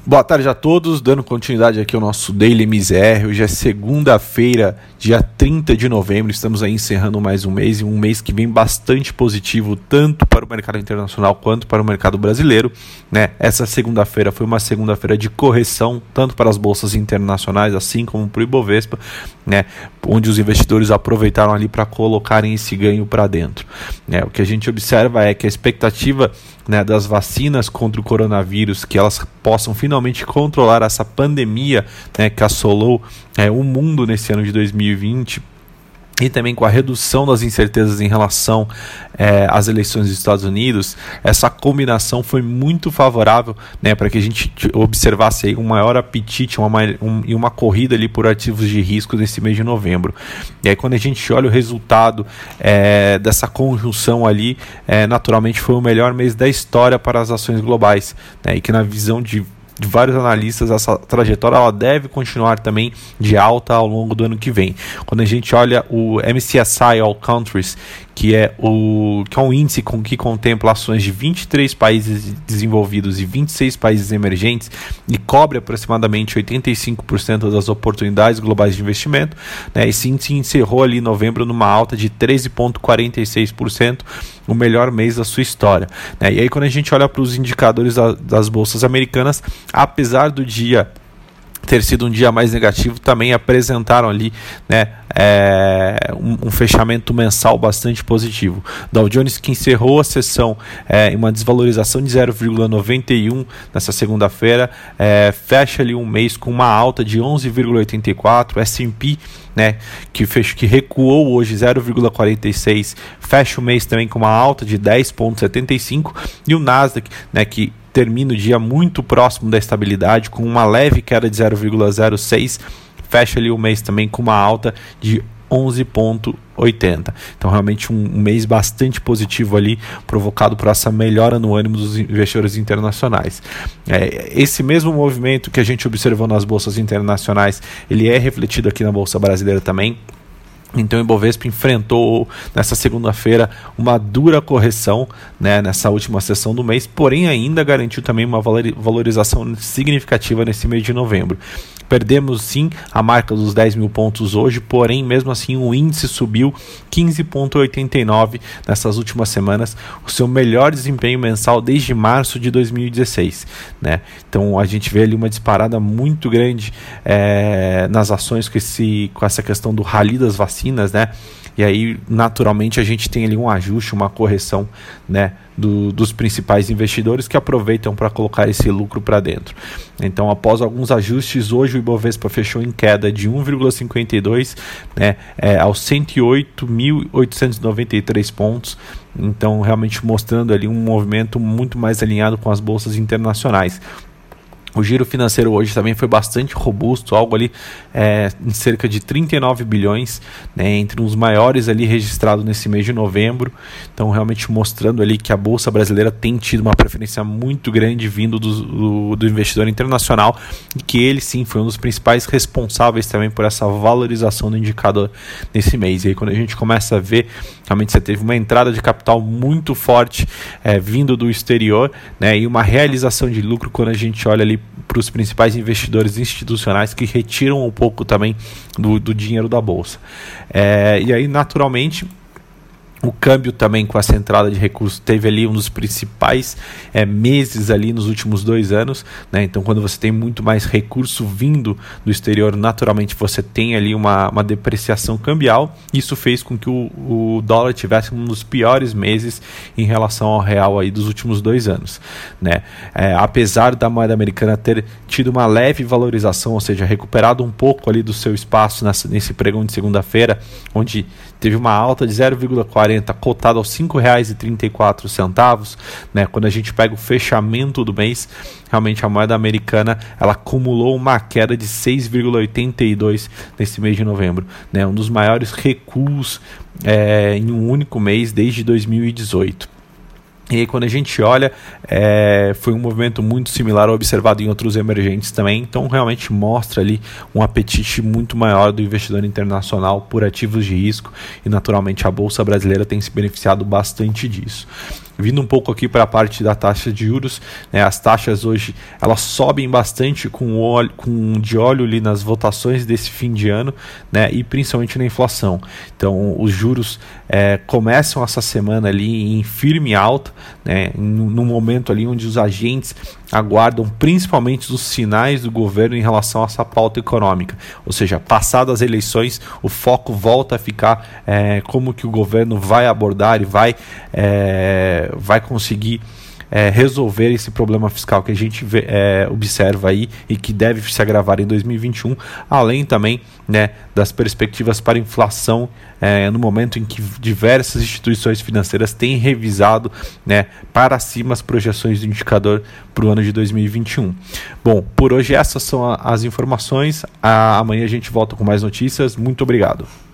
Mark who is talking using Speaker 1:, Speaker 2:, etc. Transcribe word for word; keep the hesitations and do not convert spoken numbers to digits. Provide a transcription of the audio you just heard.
Speaker 1: Boa tarde a todos, dando continuidade aqui ao nosso Daily M Z R. Hoje é segunda-feira, dia trinta de novembro, estamos aí encerrando mais um mês, e um mês que vem bastante positivo, tanto para o mercado internacional quanto para o mercado brasileiro, né? Essa segunda-feira foi uma segunda-feira de correção, tanto para as bolsas internacionais, assim como para o Ibovespa, né? Onde os investidores aproveitaram ali para colocarem esse ganho para dentro, né? O que a gente observa é que a expectativa, né, das vacinas contra o coronavírus, que elas possam finalmente controlar essa pandemia, né, que assolou é, o mundo nesse ano de dois mil e vinte, e também com a redução das incertezas em relação é, às eleições dos Estados Unidos, essa combinação foi muito favorável, né, para que a gente observasse aí um maior apetite uma, um, e uma corrida ali por ativos de risco nesse mês de novembro. E aí quando a gente olha o resultado é, dessa conjunção ali, é, naturalmente foi o melhor mês da história para as ações globais, né, e que na visão de de vários analistas, essa trajetória ela deve continuar também de alta ao longo do ano que vem. Quando a gente olha o M S C I All Countries, que é, o, que é um índice com, que contempla ações de vinte e três países desenvolvidos e vinte e seis países emergentes e cobre aproximadamente oitenta e cinco por cento das oportunidades globais de investimento, né? Esse índice encerrou ali em novembro numa alta de treze vírgula quarenta e seis por cento, o melhor mês da sua história, né? E aí quando a gente olha para os indicadores da, das bolsas americanas, apesar do dia ter sido um dia mais negativo, também apresentaram ali, né, é, um, um fechamento mensal bastante positivo. Dow Jones, que encerrou a sessão é, em uma desvalorização de zero vírgula noventa e um nessa segunda-feira, é, fecha ali um mês com uma alta de onze vírgula oitenta e quatro. S and P, né, que, fech, que recuou hoje zero vírgula quarenta e seis, fecha o mês também com uma alta de dez vírgula setenta e cinco, e o Nasdaq, né, que termina o dia muito próximo da estabilidade, com uma leve queda de zero vírgula zero seis, fecha ali o mês também com uma alta de onze vírgula oitenta. Então realmente um, um mês bastante positivo ali, provocado por essa melhora no ânimo dos investidores internacionais. É, esse mesmo movimento que a gente observou nas bolsas internacionais, ele é refletido aqui na Bolsa Brasileira também. Então o Ibovespa enfrentou nessa segunda-feira uma dura correção, né, nessa última sessão do mês, porém ainda garantiu também uma valorização significativa nesse mês de novembro. Perdemos sim a marca dos dez mil pontos hoje, porém mesmo assim o índice subiu quinze vírgula oitenta e nove nessas últimas semanas, o seu melhor desempenho mensal desde março de dois mil e dezesseis, né? Então a gente vê ali uma disparada muito grande é, nas ações com, esse, com essa questão do rally das vacinas, né? E aí naturalmente a gente tem ali um ajuste, uma correção, né, do, dos principais investidores que aproveitam para colocar esse lucro para dentro. Então após alguns ajustes, hoje o Ibovespa fechou em queda de um vírgula cinquenta e dois, né, é, aos cento e oito mil oitocentos e noventa e três pontos. Então realmente mostrando ali um movimento muito mais alinhado com as bolsas internacionais. O giro financeiro hoje também foi bastante robusto, algo ali é, em cerca de trinta e nove bilhões, né, entre os maiores ali registrados nesse mês de novembro. Então realmente mostrando ali que a Bolsa Brasileira tem tido uma preferência muito grande vindo do, do, do investidor internacional, e que ele sim foi um dos principais responsáveis também por essa valorização do indicador nesse mês. E aí quando a gente começa a ver, realmente você teve uma entrada de capital muito forte é, vindo do exterior, né, e uma realização de lucro quando a gente olha ali para os principais investidores institucionais, que retiram um pouco também do, do dinheiro da bolsa. É, e aí naturalmente o câmbio também, com essa entrada de recursos, teve ali um dos principais é, meses ali nos últimos dois anos, né? Então quando você tem muito mais recurso vindo do exterior, naturalmente você tem ali uma, uma depreciação cambial. Isso fez com que o, o dólar tivesse um dos piores meses em relação ao real aí dos últimos dois anos, né? É, apesar da moeda americana ter tido uma leve valorização, ou seja, recuperado um pouco ali do seu espaço nessa, nesse pregão de segunda-feira, onde teve uma alta de zero vírgula quarenta, cotado aos cinco reais e trinta e quatro centavos, né? Quando a gente pega o fechamento do mês, realmente a moeda americana ela acumulou uma queda de seis vírgula oitenta e dois nesse mês de novembro, né? Um dos maiores recuos é, em um único mês desde dois mil e dezoito. E aí quando a gente olha, é, foi um movimento muito similar ao observado em outros emergentes também, então realmente mostra ali um apetite muito maior do investidor internacional por ativos de risco, e naturalmente a Bolsa Brasileira tem se beneficiado bastante disso. Vindo um pouco aqui para a parte da taxa de juros, né, as taxas hoje elas sobem bastante com o óleo, com de óleo ali nas votações desse fim de ano, né, e principalmente na inflação. Então os juros é, começam essa semana ali em firme alta, né, num momento ali onde os agentes aguardam principalmente os sinais do governo em relação a essa pauta econômica. Ou seja, passadas as eleições, o foco volta a ficar é, como que o governo vai abordar e vai, é, vai conseguir É, resolver esse problema fiscal que a gente vê, é, observa aí e que deve se agravar em dois mil e vinte e um, além também, né, das perspectivas para inflação é, no momento em que diversas instituições financeiras têm revisado, né, para cima as projeções do indicador para o ano de dois mil e vinte e um. Bom, por hoje essas são as informações. A, amanhã a gente volta com mais notícias. Muito obrigado.